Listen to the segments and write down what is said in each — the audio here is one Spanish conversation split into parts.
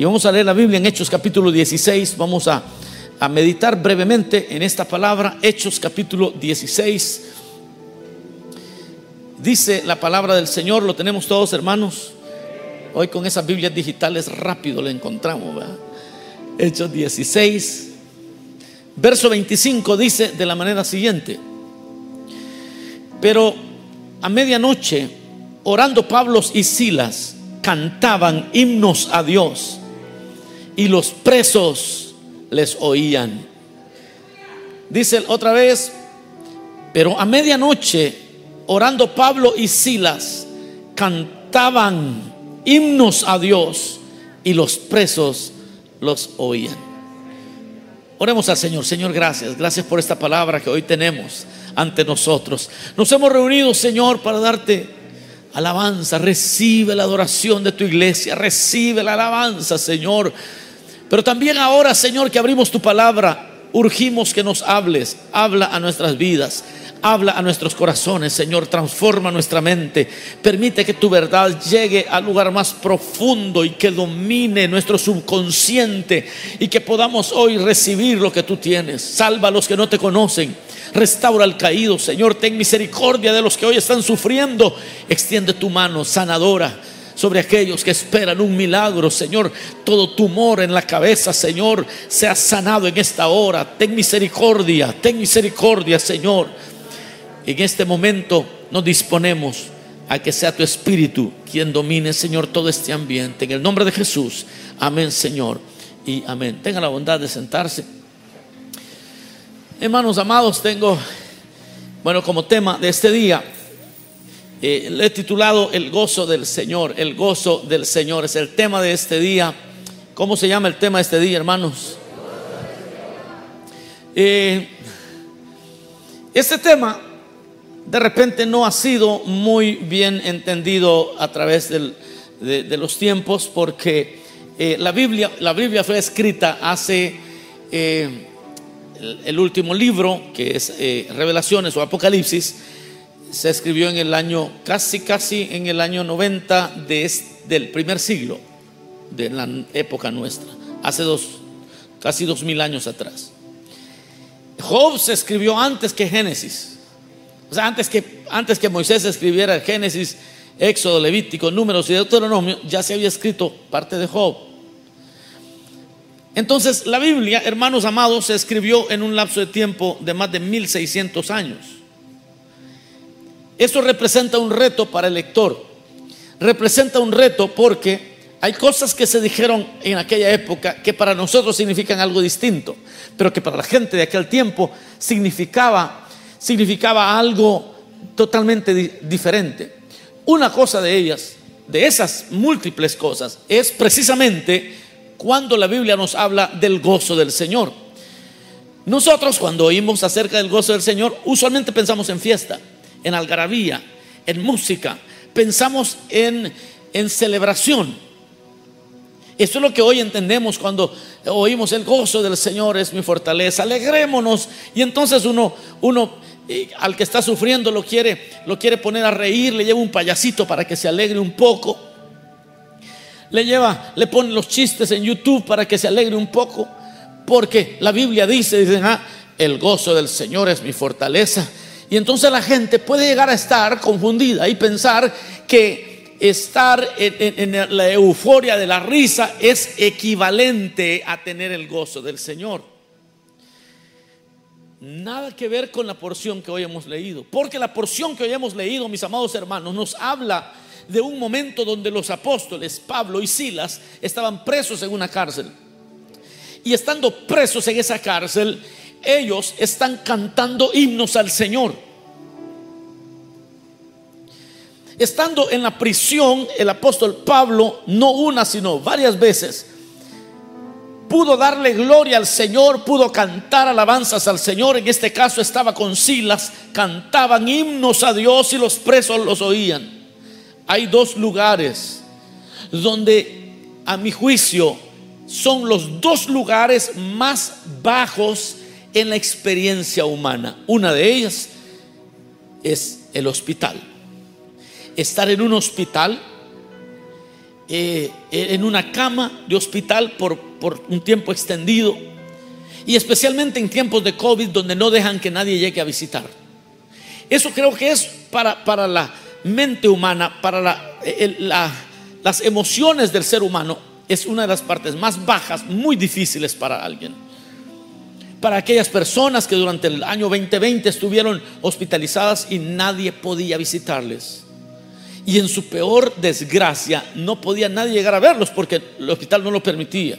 Y vamos a leer la Biblia en Hechos capítulo 16. Vamos a meditar brevemente en esta palabra. Hechos capítulo 16. Dice la palabra del Señor. Lo tenemos todos, hermanos. Hoy con esas Biblias digitales rápido lo encontramos, ¿verdad? Hechos 16 verso 25 dice de la manera siguiente: pero a medianoche, orando Pablo y Silas, cantaban himnos a Dios, y los presos les oían. Dice otra vez: pero a medianoche, orando Pablo y Silas, cantaban himnos a Dios, y los presos los oían. Oremos al Señor. Señor, gracias por esta palabra que hoy tenemos ante nosotros. Nos hemos reunido, Señor, para darte alabanza. Recibe la adoración de tu iglesia, recibe la alabanza, Señor. Pero también ahora, Señor, que abrimos tu palabra, urgimos que nos hables. Habla a nuestras vidas, habla a nuestros corazones, Señor. Transforma nuestra mente. Permite que tu verdad llegue al lugar más profundo y que domine nuestro subconsciente, y que podamos hoy recibir lo que tú tienes. Salva a los que no te conocen. Restaura al caído, Señor. Ten misericordia de los que hoy están sufriendo. Extiende tu mano sanadora sobre aquellos que esperan un milagro, Señor. Todo tumor en la cabeza, Señor, sea sanado en esta hora. Ten misericordia, Señor. En este momento nos disponemos a que sea tu Espíritu quien domine, Señor, todo este ambiente. En el nombre de Jesús, amén, Señor, y amén. Tenga la bondad de sentarse. Hermanos amados, tengo, como tema de este día, le he titulado El gozo del Señor. El gozo del Señor es el tema de este día. ¿Cómo se llama el tema de este día, hermanos? Este tema de repente no ha sido muy bien entendido a través de los tiempos, porque la Biblia fue escrita hace el último libro, que es Revelaciones o Apocalipsis. Se escribió en el año casi en el año 90 del primer siglo, de la época nuestra, hace casi 2000 años atrás. Job se escribió antes que Génesis. O sea, antes que Moisés escribiera Génesis, Éxodo, Levítico, Números y Deuteronomio, ya se había escrito parte de Job. Entonces la Biblia, hermanos amados, se escribió en un lapso de tiempo de más de 1600 años. Esto representa un reto para el lector. Representa un reto porque hay cosas que se dijeron en aquella época que para nosotros significan algo distinto, pero que para la gente de aquel tiempo significaba algo totalmente diferente. Una cosa de ellas, de esas múltiples cosas, es precisamente cuando la Biblia nos habla del gozo del Señor. Nosotros, cuando oímos acerca del gozo del Señor, usualmente pensamos en fiesta, en algarabía, en música. Pensamos en celebración. Esto es lo que hoy entendemos cuando oímos: el gozo del Señor es mi fortaleza, alegrémonos. Y entonces uno al que está sufriendo lo quiere poner a reír, le lleva un payasito para que se alegre un poco, le pone los chistes en YouTube para que se alegre un poco, porque la Biblia dice, el gozo del Señor es mi fortaleza. Y entonces la gente puede llegar a estar confundida y pensar que estar en la euforia de la risa es equivalente a tener el gozo del Señor. Nada que ver con la porción que hoy hemos leído, porque la porción que hoy hemos leído, mis amados hermanos, nos habla de un momento donde los apóstoles Pablo y Silas estaban presos en una cárcel. Y estando presos en esa cárcel, ellos están cantando himnos al Señor. Estando en la prisión, el apóstol Pablo, no una sino varias veces, pudo darle gloria al Señor, pudo cantar alabanzas al Señor. En este caso estaba con Silas, cantaban himnos a Dios y los presos los oían. Hay dos lugares donde, a mi juicio, son los dos lugares más bajos en la experiencia humana. Una de ellas es el hospital. Estar en un hospital en una cama de hospital por un tiempo extendido, y especialmente en tiempos de COVID, donde no dejan que nadie llegue a visitar. Eso creo que es para la mente humana, para las emociones del ser humano, es una de las partes más bajas, muy difíciles para alguien. Para aquellas personas que durante el año 2020 estuvieron hospitalizadas y nadie podía visitarles, y en su peor desgracia no podía nadie llegar a verlos porque el hospital no lo permitía.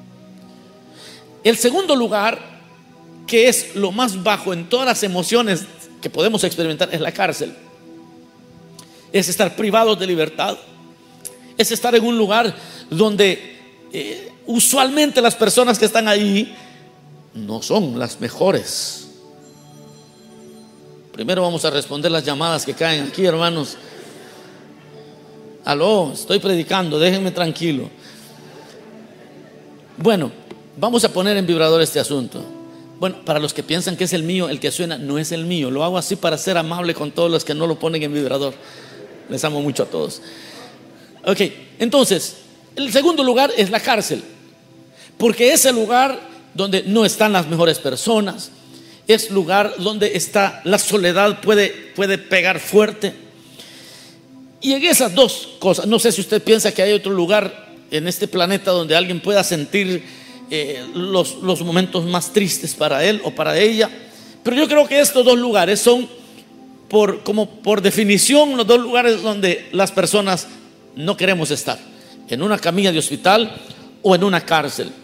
El segundo lugar, que es lo más bajo en todas las emociones que podemos experimentar, es la cárcel. Es estar privados de libertad, es estar en un lugar donde usualmente las personas que están ahí no son las mejores. Primero vamos a responder las llamadas que caen aquí, hermanos. Aló, estoy predicando, déjenme tranquilo. Bueno, vamos a poner en vibrador este asunto. Bueno, para los que piensan que es el mío, el que suena no es el mío. Lo hago así para ser amable con todos los que no lo ponen en vibrador. Les amo mucho a todos. Ok, entonces, el segundo lugar es la cárcel, porque es el lugar donde no están las mejores personas, es lugar donde está la soledad, puede pegar fuerte. Y en esas dos cosas, no sé si usted piensa que hay otro lugar en este planeta donde alguien pueda sentir los momentos más tristes para él o para ella, pero yo creo que estos dos lugares son por definición los dos lugares donde las personas no queremos estar: en una camilla de hospital o en una cárcel.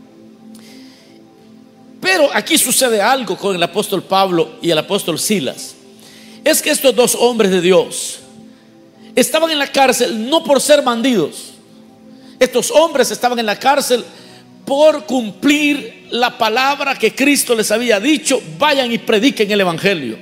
Pero aquí sucede algo con el apóstol Pablo y el apóstol Silas. Es que estos dos hombres de Dios estaban en la cárcel no por ser bandidos. Estos hombres estaban en la cárcel por cumplir la palabra que Cristo les había dicho: vayan y prediquen el evangelio.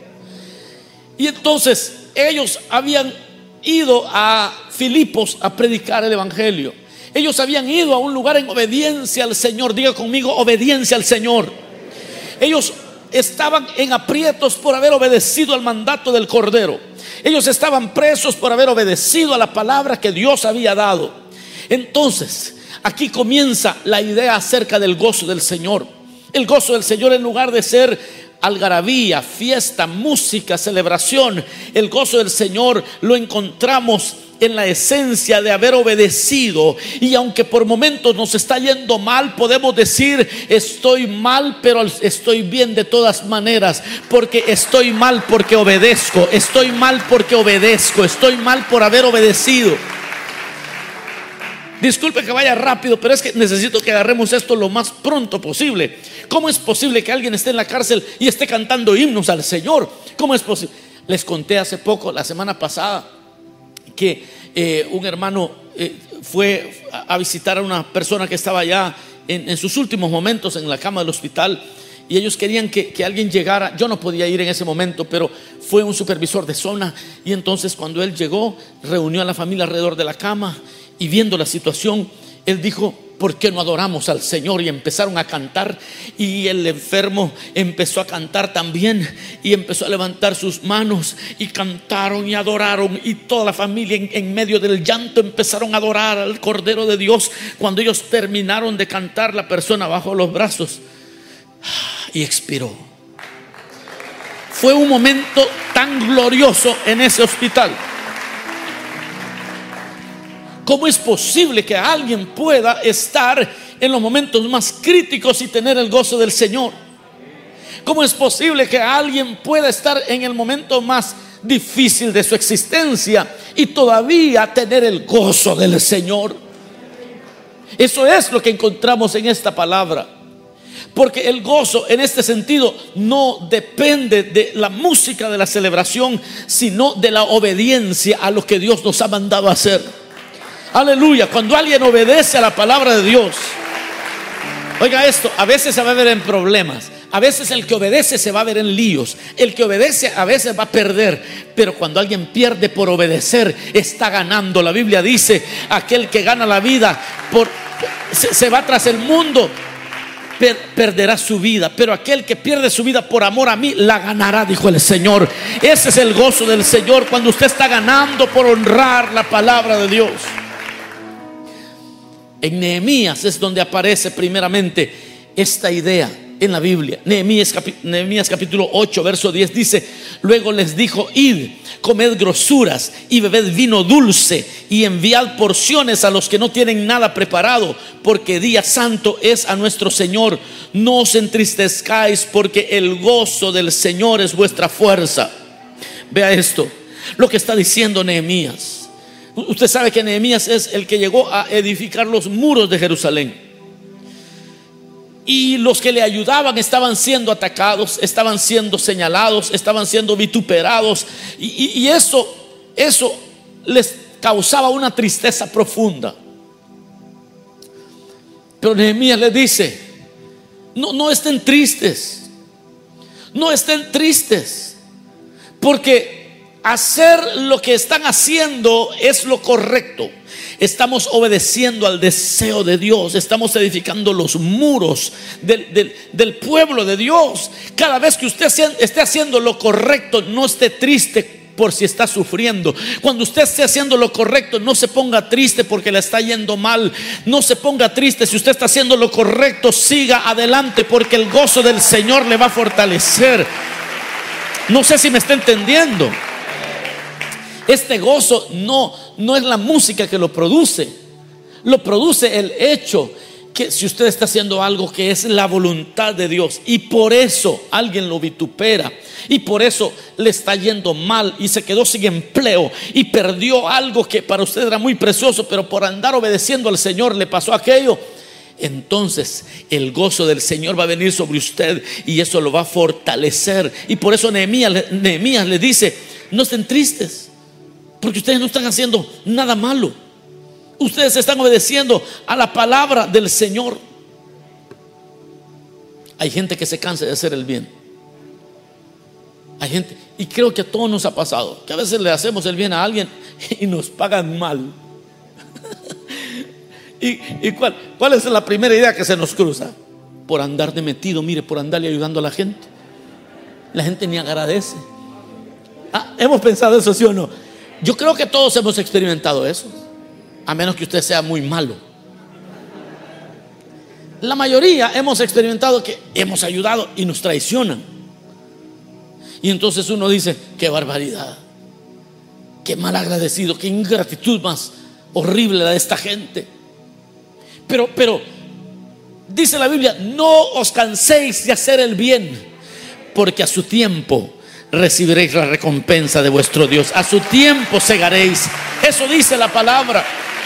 Y entonces ellos habían ido a Filipos a predicar el evangelio. Ellos habían ido a un lugar en obediencia al Señor. Diga conmigo: obediencia al Señor. Ellos estaban en aprietos por haber obedecido al mandato del Cordero. Ellos estaban presos por haber obedecido a la palabra que Dios había dado. Entonces, aquí comienza la idea acerca del gozo del Señor. El gozo del Señor, en lugar de ser algarabía, fiesta, música, celebración, el gozo del Señor lo encontramos en la esencia de haber obedecido. Y aunque por momentos nos está yendo mal, podemos decir: estoy mal, pero estoy bien de todas maneras, porque estoy mal porque obedezco, estoy mal porque obedezco, estoy mal por haber obedecido. Disculpe que vaya rápido, pero es que necesito que agarremos esto lo más pronto posible. ¿Cómo es posible que alguien esté en la cárcel y esté cantando himnos al Señor? ¿Cómo es posible? Les conté hace poco, la semana pasada, que un hermano fue a visitar a una persona que estaba ya en sus últimos momentos en la cama del hospital, y ellos querían que alguien llegara. Yo no podía ir en ese momento, pero fue un supervisor de zona, y entonces cuando él llegó, reunió a la familia alrededor de la cama, y viendo la situación, él dijo: ¿por qué no adoramos al Señor? Y empezaron a cantar, y el enfermo empezó a cantar también, y empezó a levantar sus manos, y cantaron y adoraron, y toda la familia en medio del llanto empezaron a adorar al Cordero de Dios. Cuando ellos terminaron de cantar, la persona bajó los brazos y expiró. Fue un momento tan glorioso en ese hospital. ¿Cómo es posible que alguien pueda estar en los momentos más críticos y tener el gozo del Señor? ¿Cómo es posible que alguien pueda estar en el momento más difícil de su existencia y todavía tener el gozo del Señor? Eso es lo que encontramos en esta palabra. Porque el gozo en este sentido no depende de la música de la celebración, sino de la obediencia a lo que Dios nos ha mandado a hacer. Aleluya. Cuando alguien obedece a la palabra de Dios, oiga esto, a veces se va a ver en problemas, a veces el que obedece se va a ver en líos, el que obedece a veces va a perder, pero cuando alguien pierde por obedecer, está ganando. La Biblia dice: aquel que gana la vida se va tras el mundo, perderá su vida, pero aquel que pierde su vida por amor a mí, la ganará, dijo el Señor. Ese es el gozo del Señor, cuando usted está ganando por honrar la palabra de Dios. En Nehemías es donde aparece primeramente esta idea en la Biblia. Nehemías capítulo 8 verso 10 dice: luego les dijo: id, comed grosuras y bebed vino dulce y enviad porciones a los que no tienen nada preparado, porque día santo es a nuestro Señor. No os entristezcáis, porque el gozo del Señor es vuestra fuerza. Vea esto, lo que está diciendo Nehemías. Usted sabe que Nehemías es el que llegó a edificar los muros de Jerusalén, y los que le ayudaban estaban siendo atacados, estaban siendo señalados, estaban siendo vituperados, y eso les causaba una tristeza profunda. Pero Nehemías les dice: no estén tristes, no estén tristes, porque hacer lo que están haciendo es lo correcto. Estamos obedeciendo al deseo de Dios. Estamos edificando los muros del pueblo de Dios. Cada vez que usted esté haciendo lo correcto, no esté triste por si está sufriendo. Cuando usted esté haciendo lo correcto, no se ponga triste porque le está yendo mal. No se ponga triste si usted está haciendo lo correcto. Siga adelante, porque el gozo del Señor le va a fortalecer. No sé si me está entendiendo. Este gozo no es la música que lo produce el hecho que si usted está haciendo algo que es la voluntad de Dios, y por eso alguien lo vitupera, y por eso le está yendo mal y se quedó sin empleo y perdió algo que para usted era muy precioso, pero por andar obedeciendo al Señor le pasó aquello. Entonces el gozo del Señor va a venir sobre usted y eso lo va a fortalecer. Y por eso Nehemías le dice: no estén tristes, porque ustedes no están haciendo nada malo. Ustedes están obedeciendo a la palabra del Señor. Hay gente que se cansa de hacer el bien. Hay gente, y creo que a todos nos ha pasado, que a veces le hacemos el bien a alguien y nos pagan mal. ¿Y cuál es la primera idea que se nos cruza? Por andar de metido, mire, por andarle ayudando a la gente. La gente ni agradece. ¿Hemos pensado eso, sí o no? Yo creo que todos hemos experimentado eso, a menos que usted sea muy malo. La mayoría hemos experimentado que hemos ayudado y nos traicionan. Y entonces uno dice: qué barbaridad, qué mal agradecido, qué ingratitud más horrible la de esta gente. Pero dice la Biblia: no os canséis de hacer el bien, porque a su tiempo recibiréis la recompensa de vuestro Dios. A su tiempo segaréis. Eso dice la palabra.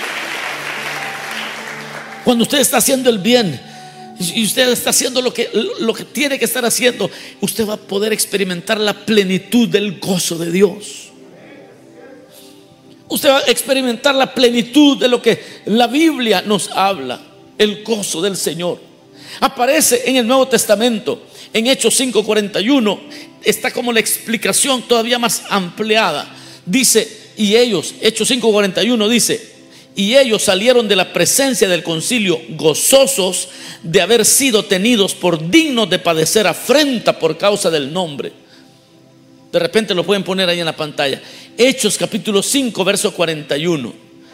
Cuando usted está haciendo el bien y usted está haciendo lo que tiene que estar haciendo, usted va a poder experimentar la plenitud del gozo de Dios. Usted va a experimentar la plenitud de lo que la Biblia nos habla. El gozo del Señor aparece en el Nuevo Testamento. En Hechos 5:41 está como la explicación todavía más ampliada. Dice, y ellos, Hechos 5:41 dice: y ellos salieron de la presencia del concilio gozosos de haber sido tenidos por dignos de padecer afrenta por causa del nombre. De repente lo pueden poner ahí en la pantalla. Hechos capítulo 5 verso 41.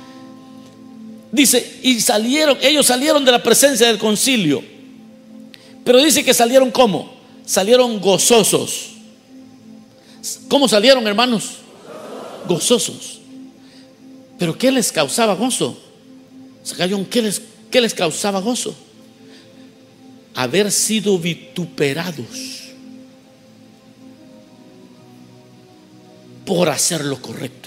Dice, y ellos salieron de la presencia del concilio. Pero dice que salieron ¿cómo? Salieron gozosos. ¿Cómo salieron, hermanos? Gozosos. ¿Pero qué les causaba gozo? ¿Qué les causaba gozo? Haber sido vituperados por hacer lo correcto.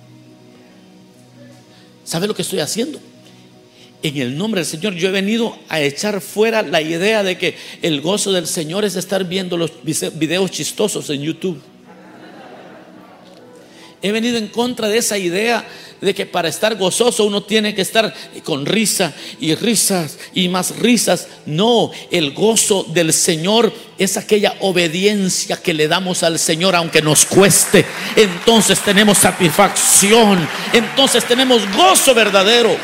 ¿Sabe lo que estoy haciendo? En el nombre del Señor yo he venido a echar fuera la idea de que el gozo del Señor es estar viendo los videos chistosos en YouTube. He venido en contra de esa idea de que para estar gozoso uno tiene que estar con risa y risas y más risas. No, el gozo del Señor es aquella obediencia que le damos al Señor aunque nos cueste. Entonces tenemos satisfacción, entonces tenemos gozo verdadero.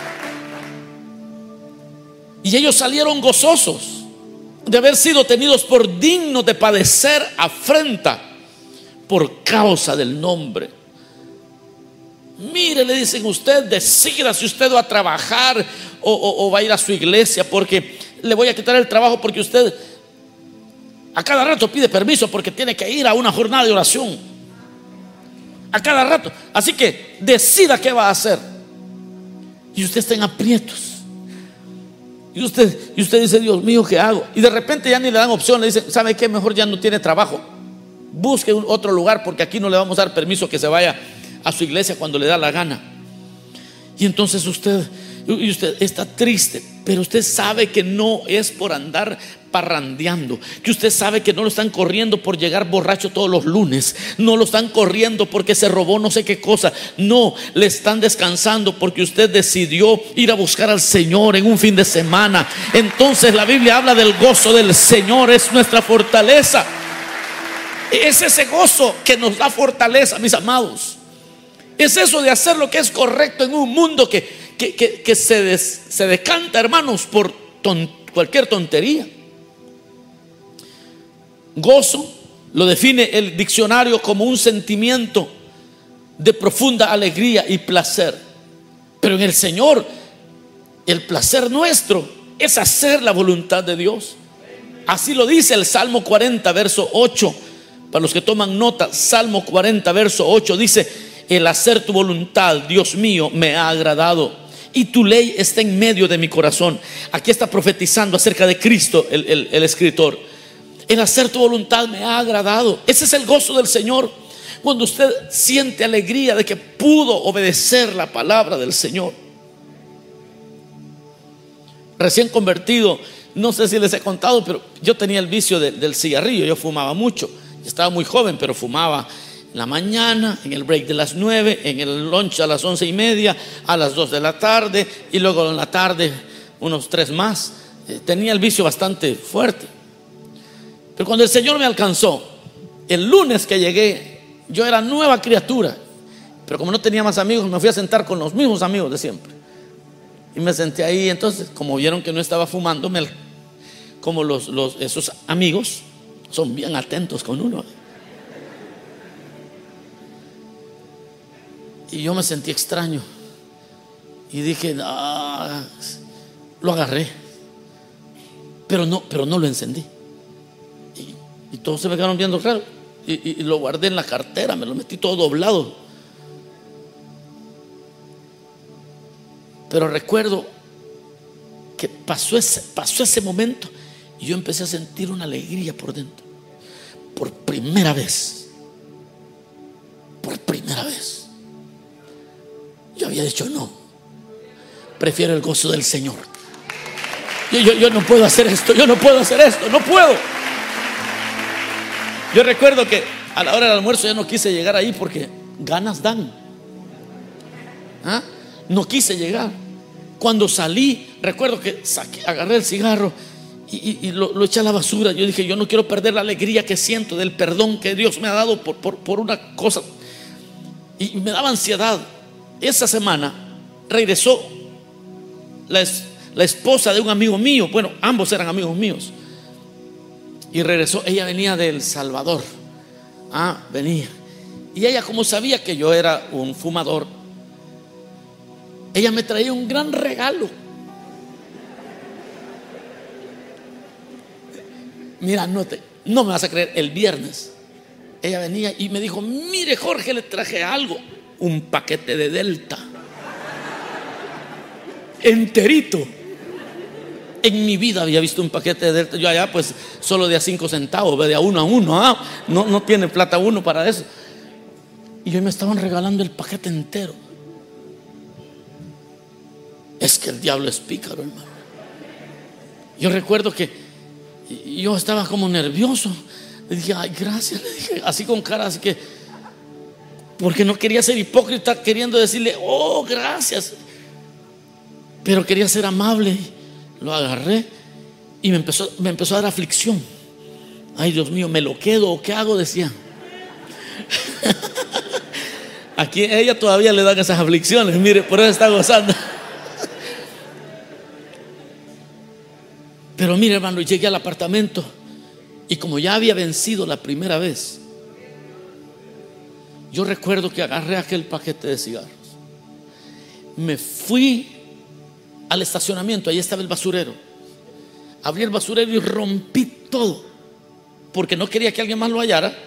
Y ellos salieron gozosos de haber sido tenidos por dignos de padecer afrenta por causa del nombre. Mire, le dicen, usted decida si usted va a trabajar o va a ir a su iglesia porque le voy a quitar el trabajo porque usted a cada rato pide permiso porque tiene que ir a una jornada de oración. A cada rato. Así que decida qué va a hacer. Y usted está en aprietos. Y usted dice, Dios mío, ¿qué hago? Y de repente ya ni le dan opción. Le dicen, ¿sabe qué? Mejor ya no tiene trabajo. Busque otro lugar porque aquí no le vamos a dar permiso que se vaya a su iglesia cuando le da la gana. Y entonces usted está triste, pero usted sabe que no es por andar parrandeando, que usted sabe que no lo están corriendo por llegar borracho todos los lunes, no lo están corriendo porque se robó no sé qué cosa, no, le están descansando porque usted decidió ir a buscar al Señor en un fin de semana. Entonces la Biblia habla del gozo del Señor, es nuestra fortaleza. Es ese gozo que nos da fortaleza, mis amados. Es eso de hacer lo que es correcto en un mundo que se decanta, hermanos, por cualquier tontería. Gozo lo define el diccionario como un sentimiento de profunda alegría y placer. Pero en el Señor, el placer nuestro es hacer la voluntad de Dios. Así lo dice el Salmo 40, verso 8. Para los que toman nota, Salmo 40, verso 8 dice: el hacer tu voluntad, Dios mío, me ha agradado, y tu ley está en medio de mi corazón. Aquí está profetizando acerca de Cristo el escritor. El hacer tu voluntad me ha agradado. Ese es el gozo del Señor. Cuando usted siente alegría de que pudo obedecer la palabra del Señor. Recién convertido, no sé si les he contado, pero yo tenía el vicio del cigarrillo. Yo fumaba mucho. Estaba muy joven, pero fumaba en la mañana, en el break de las 9, en el lunch a las 11:30, a las 2 de la tarde y luego en la tarde unos 3 más. Tenía el vicio bastante fuerte. Pero cuando el Señor me alcanzó, el lunes que llegué, yo era nueva criatura. Pero como no tenía más amigos, me fui a sentar con los mismos amigos de siempre. Y me senté ahí. Entonces, como vieron que no estaba fumando, como esos amigos son bien atentos con uno. Y yo me sentí extraño. Y dije, lo agarré. Pero no lo encendí. Y todos se me quedaron viendo claro. Y lo guardé en la cartera, me lo metí todo doblado. Pero recuerdo que pasó ese momento y yo empecé a sentir una alegría por dentro. Por primera vez. Yo había dicho no. Prefiero el gozo del Señor. Yo no puedo hacer esto. No puedo. Yo recuerdo que a la hora del almuerzo ya no quise llegar ahí porque ganas dan. No quise llegar. Cuando salí, recuerdo que agarré el cigarro y lo eché a la basura. Yo dije, yo no quiero perder la alegría que siento del perdón que Dios me ha dado por una cosa. Y me daba ansiedad. Esa semana regresó la esposa de un amigo mío. Bueno, ambos eran amigos míos. Y regresó, ella venía de El Salvador. Venía. Y ella, como sabía que yo era un fumador, ella me traía un gran regalo. Mira, no me vas a creer, el viernes ella venía y me dijo: mire, Jorge, le traje algo. Un paquete de Delta enterito. En mi vida había visto un paquete de Delta. Yo allá pues solo de a 5 centavos, de a uno. No tiene plata uno para eso. Y hoy me estaban regalando el paquete entero. Es que el diablo es pícaro, hermano. Yo recuerdo que yo estaba como nervioso. Le dije, ay, gracias, le dije, así con cara, así que, porque no quería ser hipócrita queriendo decirle, oh, gracias, pero quería ser amable. Lo agarré y me empezó a dar aflicción. Ay, Dios mío, ¿me lo quedo o qué hago? Decía. Aquí a ella todavía le dan esas aflicciones, mire, por eso está gozando. Pero mire, hermano, llegué al apartamento y como ya había vencido la primera vez, yo recuerdo que agarré aquel paquete de cigarros, me fui al estacionamiento. Ahí estaba el basurero. Abrí el basurero y rompí todo, porque no quería que alguien más lo hallara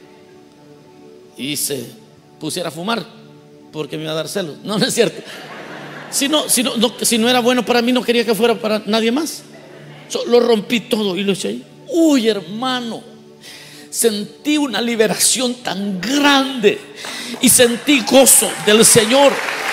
y se pusiera a fumar, porque me iba a dar celos. No, no es cierto. Si no era bueno para mí, no quería que fuera para nadie más. Lo rompí todo y lo eché ahí. Uy, hermano, sentí una liberación tan grande y sentí gozo del Señor.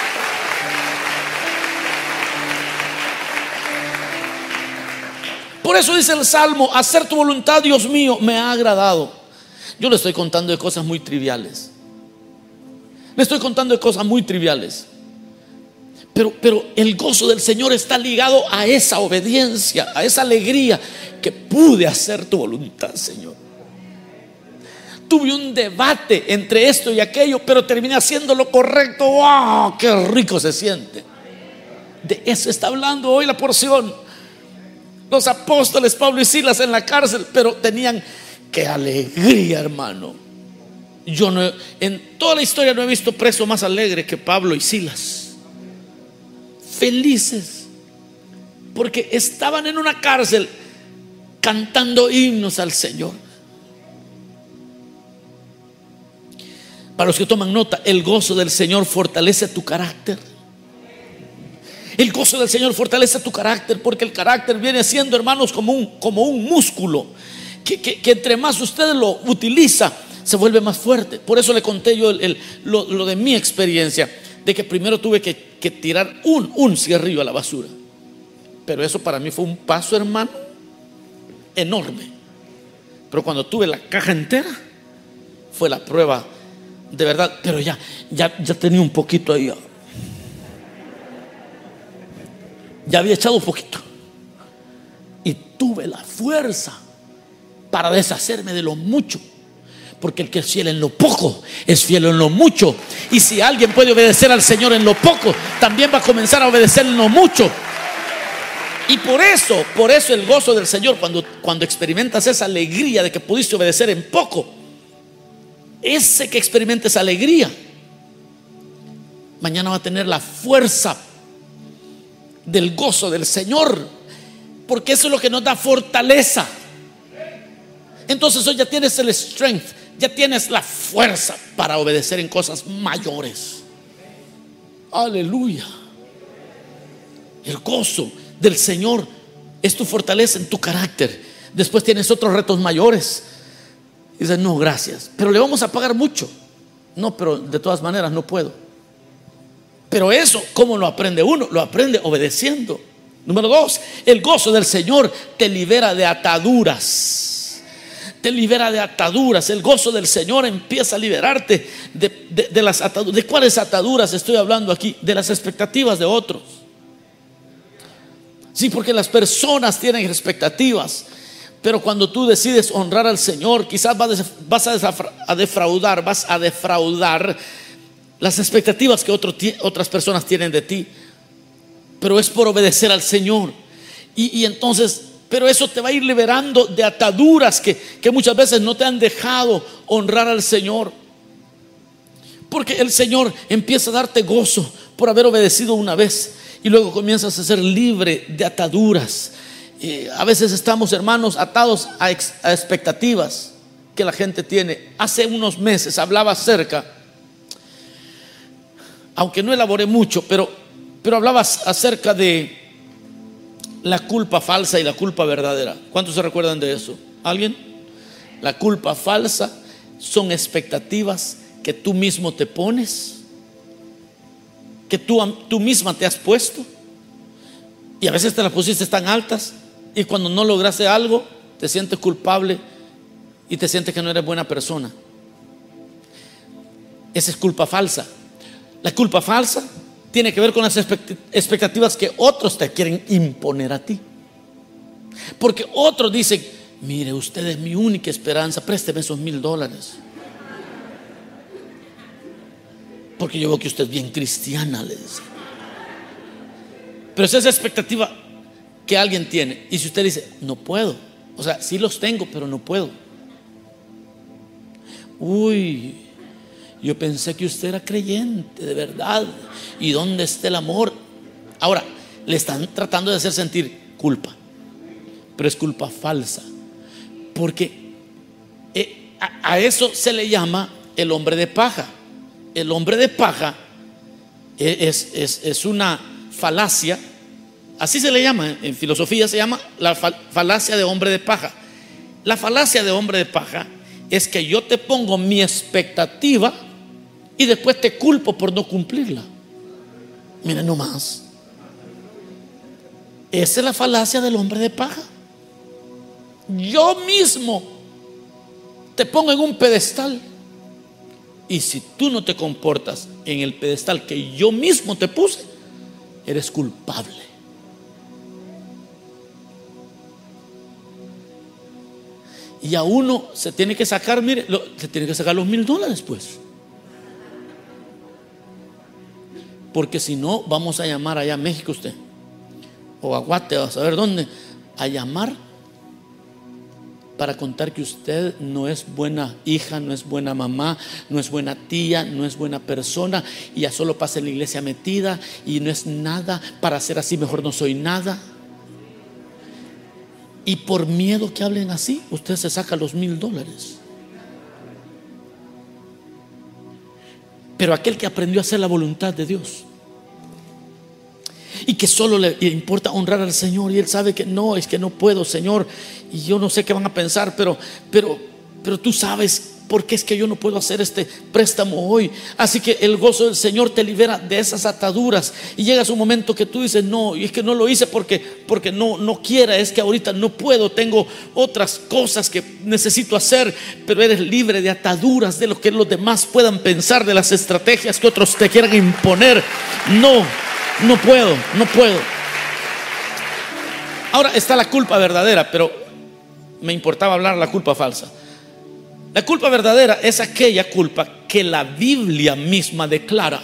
Por eso dice el Salmo: hacer tu voluntad, Dios mío, me ha agradado. Yo le estoy contando de cosas muy triviales. Le estoy contando de cosas muy triviales. Pero el gozo del Señor está ligado a esa obediencia, a esa alegría, que pude hacer tu voluntad, Señor. Tuve un debate entre esto y aquello, pero terminé haciendo lo correcto. ¡Wow! ¡Qué rico se siente! De eso está hablando hoy la porción. Los apóstoles Pablo y Silas en la cárcel, pero tenían qué alegría, hermano. Yo no, en toda la historia no he visto preso más alegre que Pablo y Silas. Felices, porque estaban en una cárcel cantando himnos al Señor. Para los que toman nota, el gozo del Señor fortalece tu carácter. El gozo del Señor fortalece tu carácter, porque el carácter viene siendo, hermanos, como un músculo que entre más usted lo utiliza, se vuelve más fuerte. Por eso le conté yo lo de mi experiencia, de que primero tuve que tirar un cigarrillo a la basura. Pero eso para mí fue un paso, hermano, enorme. Pero cuando tuve la caja entera, fue la prueba de verdad. Pero ya tenía un poquito ahí. Ya había echado un poquito. Y tuve la fuerza para deshacerme de lo mucho. Porque el que es fiel en lo poco es fiel en lo mucho. Y si alguien puede obedecer al Señor en lo poco, también va a comenzar a obedecer en lo mucho. Y por eso el gozo del Señor, cuando experimentas esa alegría de que pudiste obedecer en poco, ese que experimenta esa alegría, mañana va a tener la fuerza del gozo del Señor, porque eso es lo que nos da fortaleza. Entonces hoy ya tienes el strength, ya tienes la fuerza para obedecer en cosas mayores. Aleluya. El gozo del Señor es tu fortaleza en tu carácter. Después tienes otros retos mayores. Dices: no, gracias, pero le vamos a pagar mucho. No, pero de todas maneras no puedo. Pero eso, ¿cómo lo aprende uno? Lo aprende obedeciendo. Número 2, el gozo del Señor te libera de ataduras. Te libera de ataduras. El gozo del Señor empieza a liberarte de las ataduras. ¿De cuáles ataduras estoy hablando aquí? De las expectativas de otros. Sí, porque las personas tienen expectativas, pero cuando tú decides honrar al Señor, quizás vas a defraudar las expectativas que otras personas tienen de ti. Pero es por obedecer al Señor. Y entonces, pero eso te va a ir liberando de ataduras que muchas veces no te han dejado honrar al Señor. Porque el Señor empieza a darte gozo por haber obedecido una vez, y luego comienzas a ser libre de ataduras. A veces estamos, hermanos, atados a expectativas que la gente tiene. Hace unos meses hablaba acerca, aunque no elaboré mucho, pero hablaba acerca de la culpa falsa y la culpa verdadera. ¿Cuántos se recuerdan de eso? ¿Alguien? La culpa falsa son expectativas que tú mismo te pones, que tú misma te has puesto, y a veces te las pusiste tan altas, y cuando no lograste algo te sientes culpable y te sientes que no eres buena persona. Esa es culpa falsa. La culpa falsa tiene que ver con las expectativas que otros te quieren imponer a ti. Porque otros dicen: mire, usted es mi única esperanza, présteme esos $1,000, porque yo veo que usted es bien cristiana, le dice. Pero esa es la expectativa que alguien tiene. Y si usted dice: no puedo, o sea, sí los tengo, pero no puedo. Uy, yo pensé que usted era creyente de verdad. ¿Y dónde está el amor? Ahora, Le están tratando de hacer sentir culpa, pero es culpa falsa, porque a eso se le llama el hombre de paja. El hombre de paja es una falacia, así se le llama, en filosofía se llama la falacia de hombre de paja. La falacia de hombre de paja es que yo te pongo mi expectativa y después te culpo por no cumplirla. Miren nomás, esa es la falacia del hombre de paja. Yo mismo te pongo en un pedestal, y si tú no te comportas en el pedestal que yo mismo te puse, eres culpable. Y a uno se tiene que sacar, mire, se tiene que sacar los $1,000 pues, porque si no vamos a llamar allá a México usted, o a Guate, o a saber dónde, a llamar para contar que usted no es buena hija, no es buena mamá, no es buena tía, no es buena persona, y ya solo pasa en la iglesia metida y no es nada. Para ser así mejor no soy nada. Y por miedo que hablen así, usted se saca los $1,000. Pero aquel que aprendió a hacer la voluntad de Dios y que solo le importa honrar al Señor, y él sabe que no, es que no puedo, Señor, y yo no sé qué van a pensar, pero tú sabes por qué es que yo no puedo hacer este préstamo hoy. Así que el gozo del Señor te libera de esas ataduras, y llegas un momento que tú dices: no, y es que no lo hice porque no quiera, es que ahorita no puedo, tengo otras cosas que necesito hacer. Pero eres libre de ataduras, de lo que los demás puedan pensar, de las estrategias que otros te quieran imponer. No puedo. Ahora está la culpa verdadera, pero me importaba hablar de la culpa falsa. La culpa verdadera es aquella culpa que la Biblia misma declara.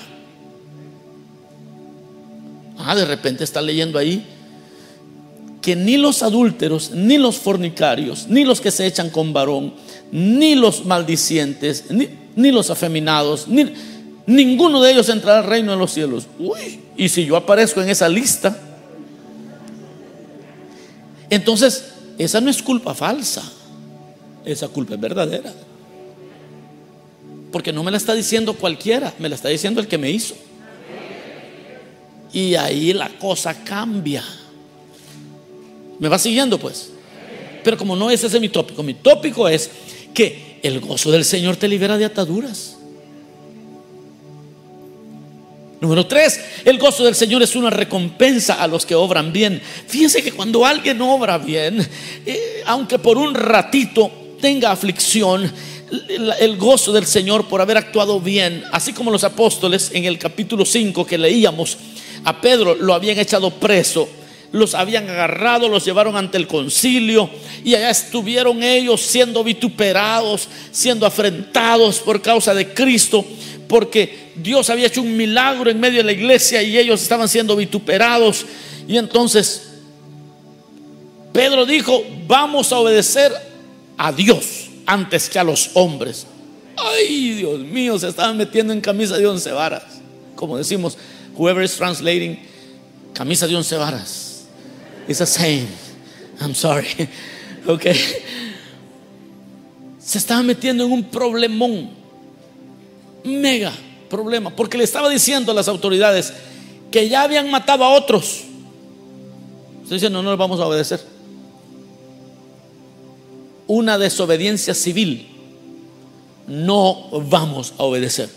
De repente está leyendo ahí que ni los adúlteros, ni los fornicarios, ni los que se echan con varón, ni los maldicientes, ni los afeminados, ninguno de ellos entrará al reino de los cielos. Uy, y si yo aparezco en esa lista, entonces esa no es culpa falsa, esa culpa es verdadera, porque no me la está diciendo cualquiera, me la está diciendo el que me hizo. Y ahí la cosa cambia. ¿Me va siguiendo pues? Pero como no es ese mi tópico es que el gozo del Señor te libera de ataduras. Número 3, el gozo del Señor es una recompensa a los que obran bien. Fíjense que cuando alguien obra bien, aunque por un ratito tenga aflicción, el gozo del Señor por haber actuado bien, así como los apóstoles en el capítulo 5 que leíamos, a Pedro lo habían echado preso, los habían agarrado, los llevaron ante el concilio, y allá estuvieron ellos siendo vituperados, siendo afrentados por causa de Cristo, porque Dios había hecho un milagro en medio de la iglesia y ellos estaban siendo vituperados. Y entonces Pedro dijo: vamos a obedecer a Dios antes que a los hombres. Ay, Dios mío, se estaban metiendo en camisa de 11 varas. Como decimos, whoever is translating, camisa de 11 varas. It's a saying. I'm sorry. Ok. Se estaban metiendo en un problemón, mega problema, porque le estaba diciendo a las autoridades que ya habían matado a otros. Usted dice: no les vamos a obedecer. Una desobediencia civil, no vamos a obedecer.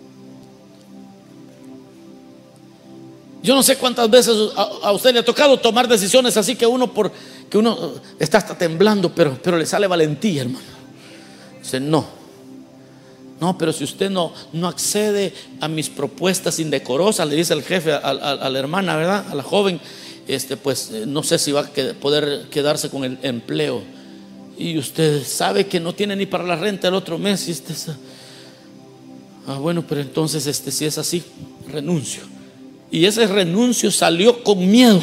Yo no sé cuántas veces a usted le ha tocado tomar decisiones así que uno está hasta temblando, pero le sale valentía, hermano. Dice: no, pero si usted no accede a mis propuestas indecorosas, le dice el jefe a la hermana, ¿verdad? A la joven, pues no sé si va a poder quedarse con el empleo. Y usted sabe que no tiene ni para la renta el otro mes. Y bueno, pero entonces si es así, renuncio. Y ese renuncio salió con miedo.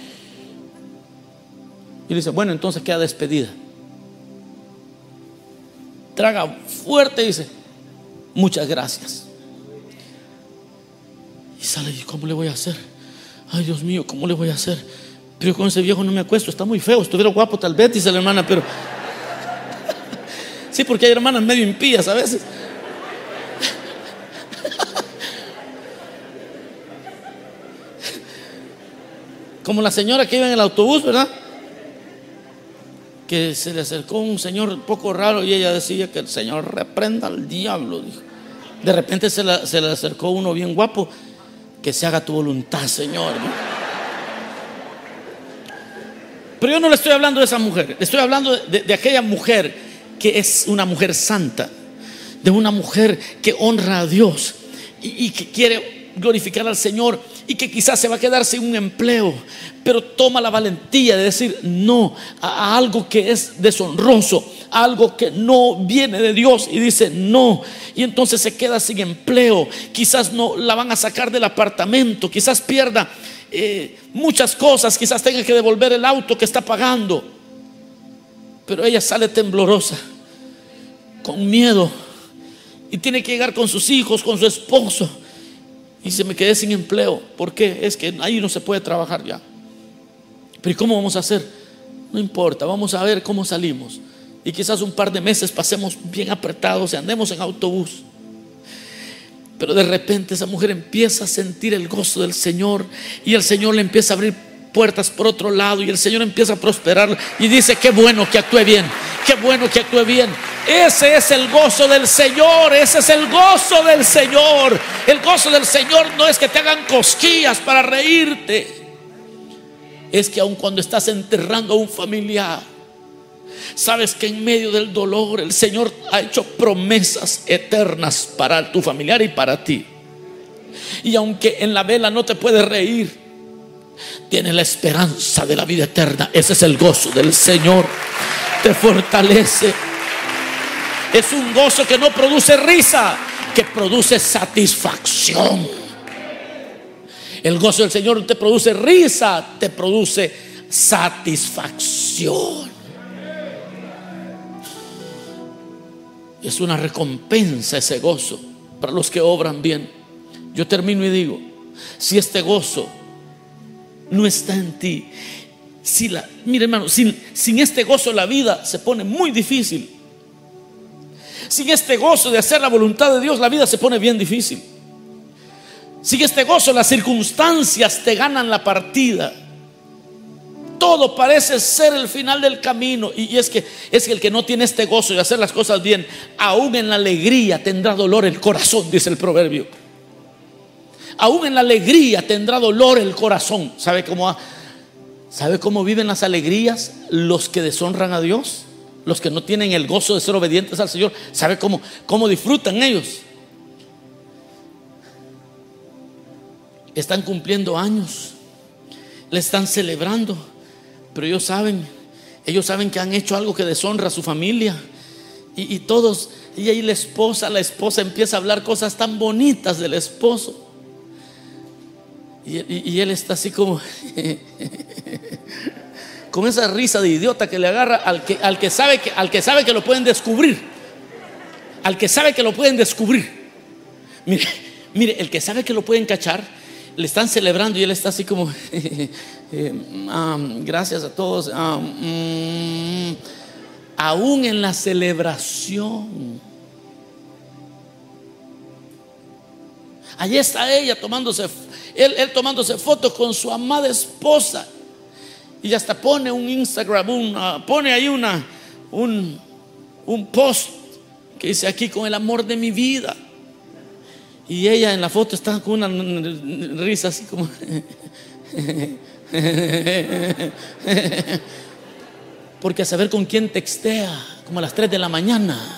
Y dice: bueno, entonces queda despedida. Traga fuerte y dice: muchas gracias. Y sale: ¿y cómo le voy a hacer? Ay, Dios mío, ¿cómo le voy a hacer? Pero con ese viejo no me acuesto, está muy feo. Estuviera guapo tal vez, dice la hermana, pero sí, porque hay hermanas medio impías a veces. Como la señora que iba en el autobús, ¿verdad? Que se le acercó un señor un poco raro y ella decía que el Señor reprenda al diablo, dijo. De repente se le acercó uno bien guapo. Que se haga tu voluntad, Señor, ¿no? Pero yo no le estoy hablando de esa mujer. Le estoy hablando de aquella mujer que es una mujer santa, de una mujer que honra a Dios y que quiere glorificar al Señor, y que quizás se va a quedar sin un empleo, pero toma la valentía de decir no a algo que es deshonroso, a algo que no viene de Dios, y dice no, y entonces se queda sin empleo. Quizás no la van a sacar del apartamento, quizás pierda muchas cosas, quizás tenga que devolver el auto que está pagando, pero ella sale temblorosa, con miedo, y tiene que llegar con sus hijos, con su esposo. Y se me quedé sin empleo. ¿Por qué? Es que ahí no se puede trabajar ya. Pero ¿y cómo vamos a hacer? No importa, vamos a ver cómo salimos. Y quizás un par de meses pasemos bien apretados y andemos en autobús. Pero de repente esa mujer empieza a sentir el gozo del Señor, y el Señor le empieza a abrir puertas por otro lado, y el Señor empieza a prosperar, y dice: qué bueno que actúe bien, qué bueno que actúe bien. Ese es el gozo del Señor, ese es el gozo del Señor. El gozo del Señor no es que te hagan cosquillas para reírte, es que aun cuando estás enterrando a un familiar, sabes que en medio del dolor el Señor ha hecho promesas eternas para tu familiar y para ti. Y aunque en la vela no te puedes reír, tienes la esperanza de la vida eterna. Ese es el gozo del Señor. Te fortalece. Es un gozo que no produce risa, que produce satisfacción. El gozo del Señor te produce risa, te produce satisfacción. Es una recompensa ese gozo para los que obran bien. Yo termino y digo: si este gozo no está en ti, mire, hermano, sin este gozo la vida se pone muy difícil. Sin este gozo de hacer la voluntad de Dios, la vida se pone bien difícil. Sin este gozo, las circunstancias te ganan la partida. Todo parece ser el final del camino. Y es que el que no tiene este gozo de hacer las cosas bien, aún en la alegría tendrá dolor el corazón, dice el proverbio. Aún en la alegría tendrá dolor el corazón. ¿Sabe cómo viven las alegrías los que deshonran a Dios? Los que no tienen el gozo de ser obedientes al Señor. ¿Sabe cómo disfrutan ellos? Están cumpliendo años, le están celebrando, pero ellos saben que han hecho algo que deshonra a su familia. Y todos, y ahí la esposa empieza a hablar cosas tan bonitas del esposo. Y él está así como con esa risa de idiota que le agarra al que sabe que lo pueden descubrir. Al que sabe que lo pueden descubrir. Mire, el que sabe que lo pueden cachar, le están celebrando y él está así como gracias a todos. Aún en la celebración, allí está ella él tomándose fotos con su amada esposa, y hasta pone un Instagram, pone ahí un post que dice: aquí con el amor de mi vida. Y ella en la foto está con una risa así como porque a saber con quién textea, como a las 3 de la mañana.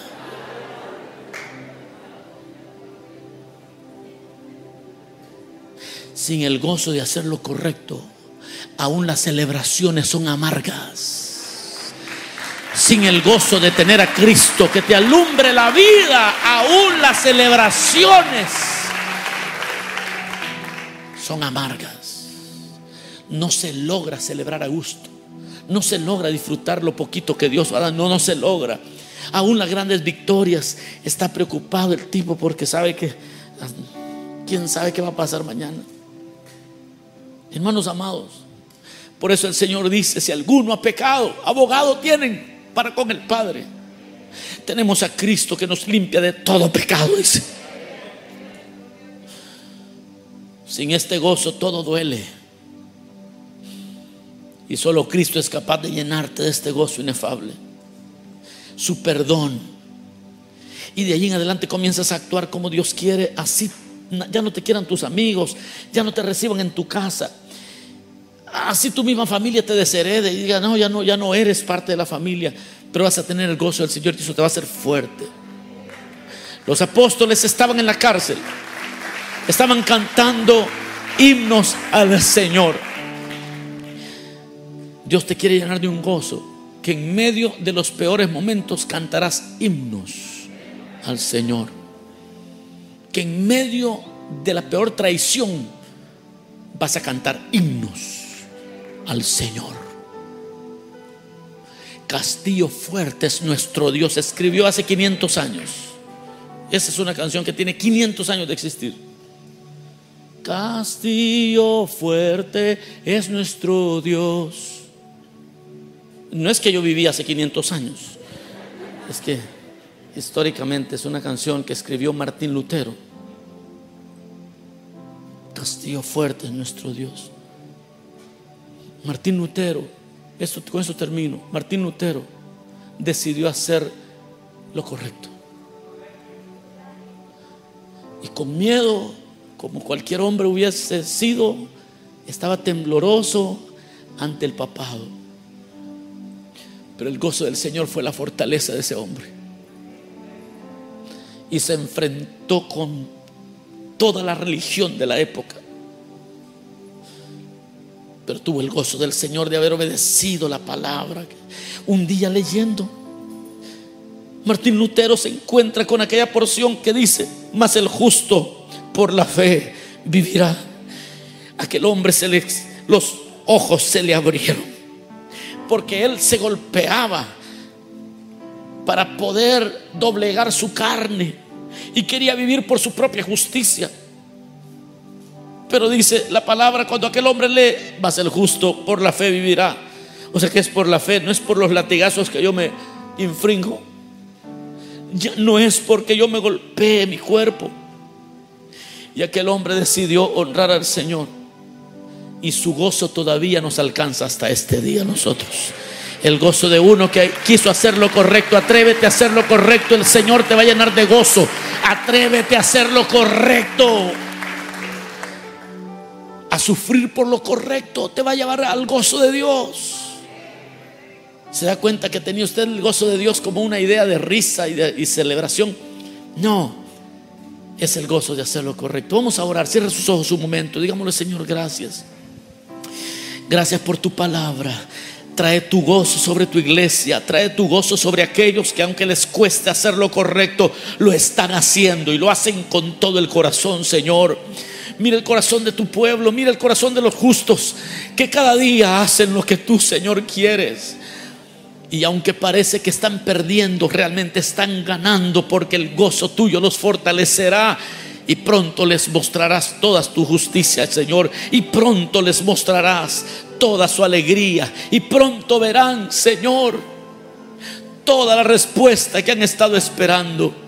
Sin el gozo de hacer lo correcto, aún las celebraciones son amargas. Sin el gozo de tener a Cristo que te alumbre la vida, aún las celebraciones son amargas. No se logra celebrar a gusto, no se logra disfrutar lo poquito que Dios va a dar, no se logra. Aún las grandes victorias, está preocupado el tipo porque sabe que quién sabe qué va a pasar mañana. Hermanos amados, por eso el Señor dice: si alguno ha pecado, abogado tienen para con el Padre. Tenemos a Cristo que nos limpia de todo pecado, dice. Sin este gozo todo duele, y solo Cristo es capaz de llenarte de este gozo inefable, su perdón. Y de allí en adelante comienzas a actuar como Dios quiere. Así ya no te quieran tus amigos, ya no te reciban en tu casa, así tu misma familia te desherede y diga: no, ya no eres parte de la familia. Pero vas a tener el gozo del Señor, y eso te va a hacer fuerte. Los apóstoles estaban en la cárcel, estaban cantando himnos al Señor. Dios te quiere llenar de un gozo, que en medio de los peores momentos cantarás himnos al Señor, que en medio de la peor traición vas a cantar himnos al Señor. Castillo fuerte es nuestro Dios. Escribió hace 500 años. Esa es una canción que tiene 500 años de existir. Castillo fuerte es nuestro Dios. No es que yo viví hace 500 años, es que históricamente es una canción que escribió Martín Lutero. Castillo fuerte es nuestro Dios. Martín Lutero, con esto termino. Martín Lutero decidió hacer lo correcto, y con miedo, como cualquier hombre hubiese sido, estaba tembloroso ante el papado. Pero el gozo del Señor fue la fortaleza de ese hombre, y se enfrentó con toda la religión de la época, pero tuvo el gozo del Señor de haber obedecido la palabra. Un día leyendo, Martín Lutero se encuentra con aquella porción que dice: mas el justo por la fe vivirá. Aquel hombre los ojos se le abrieron, porque él se golpeaba para poder doblegar su carne y quería vivir por su propia justicia. Pero dice la palabra, cuando aquel hombre lee: mas el justo por la fe vivirá. O sea que es por la fe, no es por los latigazos que yo me infringo, ya no es porque yo me golpee mi cuerpo. Y aquel hombre decidió honrar al Señor, y su gozo todavía nos alcanza hasta este día a nosotros. El gozo de uno que quiso hacer lo correcto. Atrévete a hacer lo correcto, el Señor te va a llenar de gozo. Atrévete a hacer lo correcto, a sufrir por lo correcto, te va a llevar al gozo de Dios. ¿Se da cuenta que tenía usted el gozo de Dios como una idea de risa y celebración? No, es el gozo de hacer lo correcto. Vamos a orar. Cierre sus ojos un momento. Digámosle: Señor, gracias. Gracias por tu palabra. Trae tu gozo sobre tu iglesia. Trae tu gozo sobre aquellos que, aunque les cueste hacer lo correcto, lo están haciendo y lo hacen con todo el corazón, Señor. Mira el corazón de tu pueblo, mira el corazón de los justos, que cada día hacen lo que tú, Señor, quieres. Y aunque parece que están perdiendo, realmente están ganando, porque el gozo tuyo los fortalecerá. Y pronto les mostrarás toda tu justicia, Señor. Y pronto les mostrarás toda su alegría. Y pronto verán, Señor, toda la respuesta que han estado esperando.